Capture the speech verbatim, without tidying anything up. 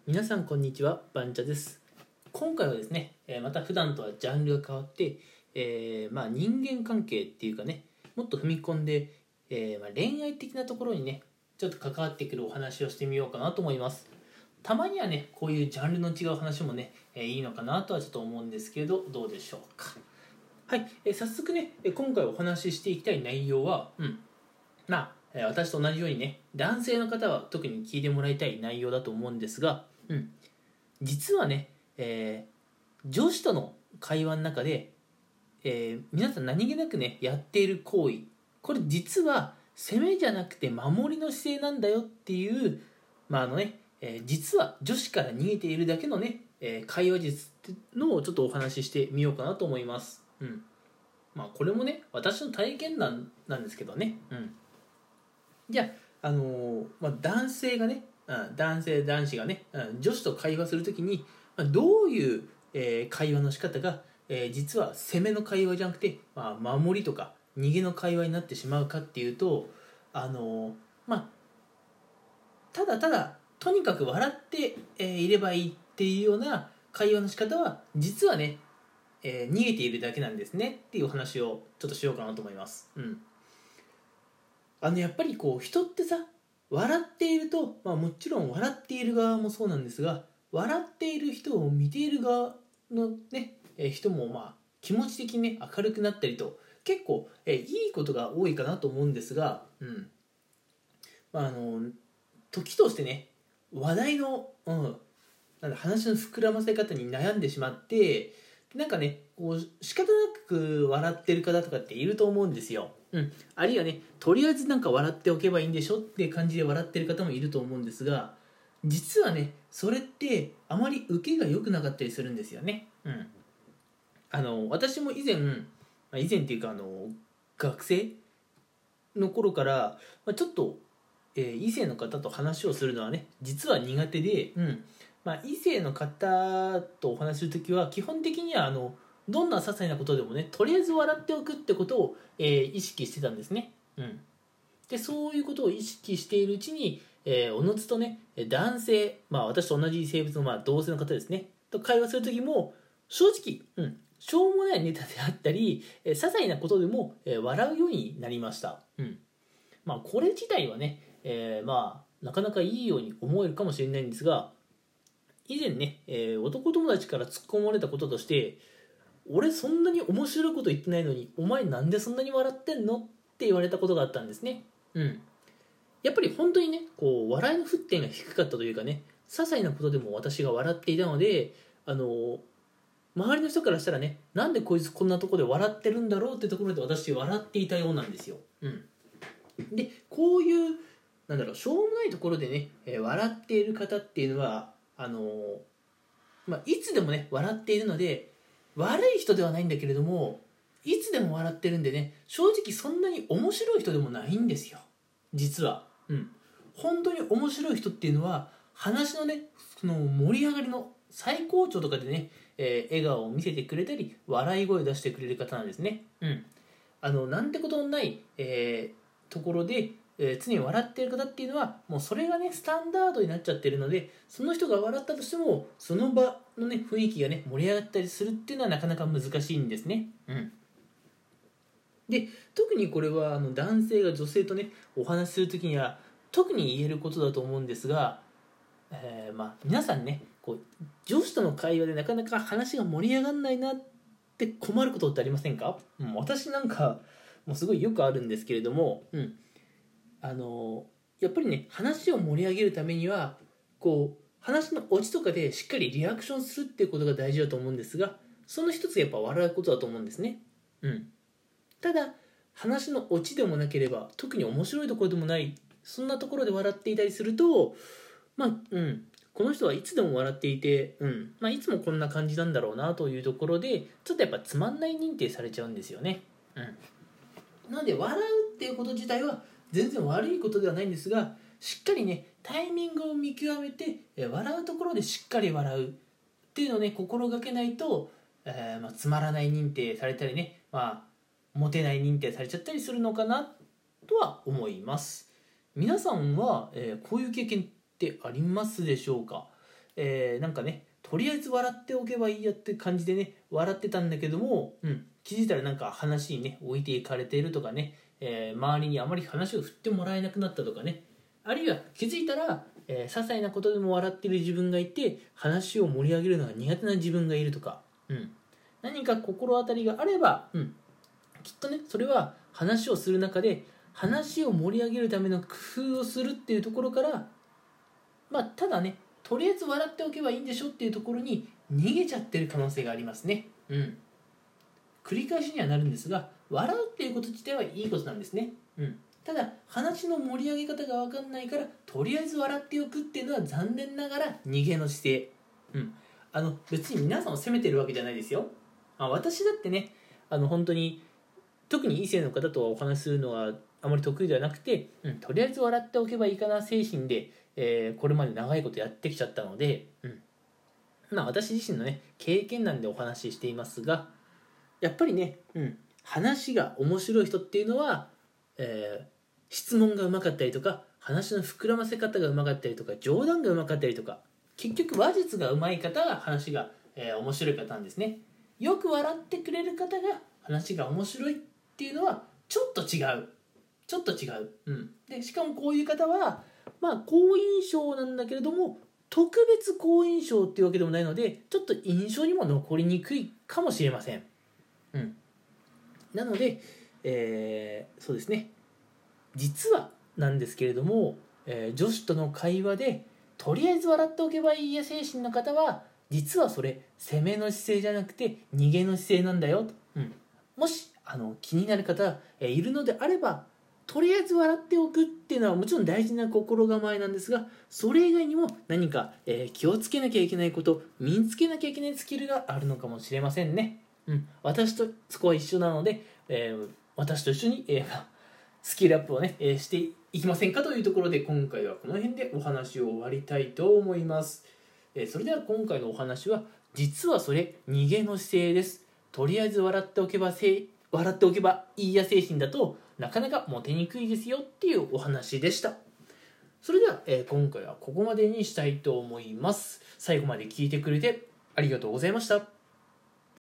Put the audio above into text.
皆さんこんにちは、バンチャです。今回はですね、えーまた普段とはジャンルが変わって、えーまあ、人間関係っていうかね、もっと踏み込んで、えーまあ、恋愛的なところにねちょっと関わってくるお話をしてみようかなと思います。たまにはねこういうジャンルの違う話もね、えーいいのかなとはちょっと思うんですけど、どうでしょうか。はい、えー早速ねえー今回お話ししていきたい内容は、うんまあえー私と同じようにね男性の方は特に聞いてもらいたい内容だと思うんですが、うん、実はね、えー女子との会話の中で、えー皆さん何気なくねやっている行為、これ実は攻めじゃなくて守りの姿勢なんだよっていう、まああのねえー実は女子から逃げているだけのね、えー会話術っていうのをちょっとお話ししてみようかなと思います。うんまあこれもね私の体験談なんですけどね。うんじゃあ、あのーまあ、男性がね、うん、男性男子がね、うん、女子と会話するときに、まあ、どういう、えー会話の仕方が、えー実は攻めの会話じゃなくて、まあ、守りとか逃げの会話になってしまうかっていうと、あのーまあただただとにかく笑って、えーいればいいっていうような会話の仕方は実はね、えー逃げているだけなんですねっていうお話をちょっとしようかなと思います。うんあのやっぱりこう人ってさ、笑っていると、まあ、もちろん笑っている側もそうなんですが、笑っている人を見ている側のね、えー人もまあ気持ち的にね明るくなったりと結構、えーいいことが多いかなと思うんですが、うんまあ、あの時としてね話題の、うん、なんだ話の膨らませ方に悩んでしまって、なんかねこう仕方なく笑ってる方とかっていると思うんですよ。うん、あるいはねとりあえずなんか笑っておけばいいんでしょって感じで笑ってる方もいると思うんですが、実はねそれってあまり受けが良くなかったりするんですよね。うん、あの私も以前、まあ以前っていうかあの学生の頃から、まあ、ちょっと、えー異性の方と話をするのはね実は苦手で、うんまあ、異性の方とお話しするときは基本的にはあのどんな些細なことでもねとりあえず笑っておくってことを、えー意識してたんですね。うん、でそういうことを意識しているうちに、えーおのずとね男性、まあ、私と同じ生物の、まあ、同性の方ですねと会話する時も正直、うん、しょうもないネタであったり、えー些細なことでも、えー笑うようになりました。うんまあ、これ自体はね、えーまあなかなかいいように思えるかもしれないんですが、以前ね、えー男友達から突っ込まれたこととして、俺そんなに面白いこと言ってないのにお前なんでそんなに笑ってんのって言われたことがあったんですね。うんやっぱり本当にねこう笑いの沸点が低かったというかね、些細なことでも私が笑っていたので、あの周りの人からしたらね、なんでこいつこんなところで笑ってるんだろうってところで私笑っていたようなんですよ。うんでこういうなんだろうしょうもないところでね、えー笑っている方っていうのはあのーまあ、いつでもね笑っているので悪い人ではないんだけれども、いつでも笑ってるんでね正直そんなに面白い人でもないんですよ実は。うん本当に面白い人っていうのは話のねその盛り上がりの最高潮とかでね、えー笑顔を見せてくれたり笑い声を出してくれる方なんですね。うんあのなんてことのない、えーところで、えー常に笑っている方っていうのはもうそれがねスタンダードになっちゃってるので、その人が笑ったとしてもその場のね雰囲気がね盛り上がったりするっていうのはなかなか難しいんですね。うんで特にこれはあの男性が女性とねお話しする時には特に言えることだと思うんですが、えーまあ皆さんねこう上司との会話でなかなか話が盛り上がらないなって困ることってありませんか？もう私なんかもうすごいよくあるんですけれども、うん、あのやっぱりね話を盛り上げるためにはこう話のオチとかでしっかりリアクションするっていうことが大事だと思うんですが、その一つやっぱ笑うことだと思うんですね。うんただ話のオチでもなければ特に面白いところでもないそんなところで笑っていたりすると、まあうんこの人はいつでも笑っていて、うんまあ、いつもこんな感じなんだろうなというところでちょっとやっぱつまんない認定されちゃうんですよね。うん、なので笑うっていうこと自体は全然悪いことではないんですが、しっかりねタイミングを見極めてえ笑うところでしっかり笑うっていうのをね心がけないと、えーまあ、つまらない認定されたりね、まあモテない認定されちゃったりするのかなとは思います。皆さんは、えーこういう経験ってありますでしょうか？ えーなんかねとりあえず笑っておけばいいやって感じでね笑ってたんだけども、うん、気づいたらなんか話にね置いていかれているとかね、えー周りにあまり話を振ってもらえなくなったとかね、あるいは気づいたら、えー、些細なことでも笑っている自分がいて話を盛り上げるのが苦手な自分がいるとか、うん、何か心当たりがあれば、うん、きっとねそれは話をする中で話を盛り上げるための工夫をするっていうところから、まあただねとりあえず笑っておけばいいんでしょっていうところに逃げちゃってる可能性がありますね。うん。繰り返しにはなるんですが、笑うっていうこと自体はいいことなんですね。うん。ただ話の盛り上げ方が分かんないからとりあえず笑っておくっていうのは残念ながら逃げの姿勢。うん。あの別に皆さんを責めてるわけじゃないですよ。あ私だってねあの本当に特に異性の方とお話しするのはあまり得意ではなくて、うん、とりあえず笑っておけばいいかな精神で、えーこれまで長いことやってきちゃったので、うんまあ、私自身のね経験談でお話ししていますが、やっぱりね、うん、話が面白い人っていうのは、えー質問がうまかったりとか話の膨らませ方がうまかったりとか冗談がうまかったりとか、結局話術がうまい方が話が、えー面白い方なんですね。よく笑ってくれる方が話が面白いっていうのはちょっと違うちょっと違う、うん、でしかもこういう方はまあ好印象なんだけれども特別好印象っていうわけでもないのでちょっと印象にも残りにくいかもしれません、うん、なので、えーそうですね実はなんですけれども、えー女子との会話でとりあえず笑っておけばいいや精神の方は実はそれ攻めの姿勢じゃなくて逃げの姿勢なんだよと、うん、もしあの気になる方、えーいるのであればとりあえず笑っておくっていうのはもちろん大事な心構えなんですが、それ以外にも何か、えー気をつけなきゃいけないこと身につけなきゃいけないスキルがあるのかもしれませんね、うん、私とそこは一緒なので、えー私と一緒に、えースキルアップをね、えーしていきませんかというところで今回はこの辺でお話を終わりたいと思います、えーそれでは今回のお話は実はそれ逃げの姿勢です。とりあえず笑っておけばせい笑っておけばいいや精神だとなかなかモテにくいですよっていうお話でした。それでは、えー今回はここまでにしたいと思います。最後まで聞いてくれてありがとうございました。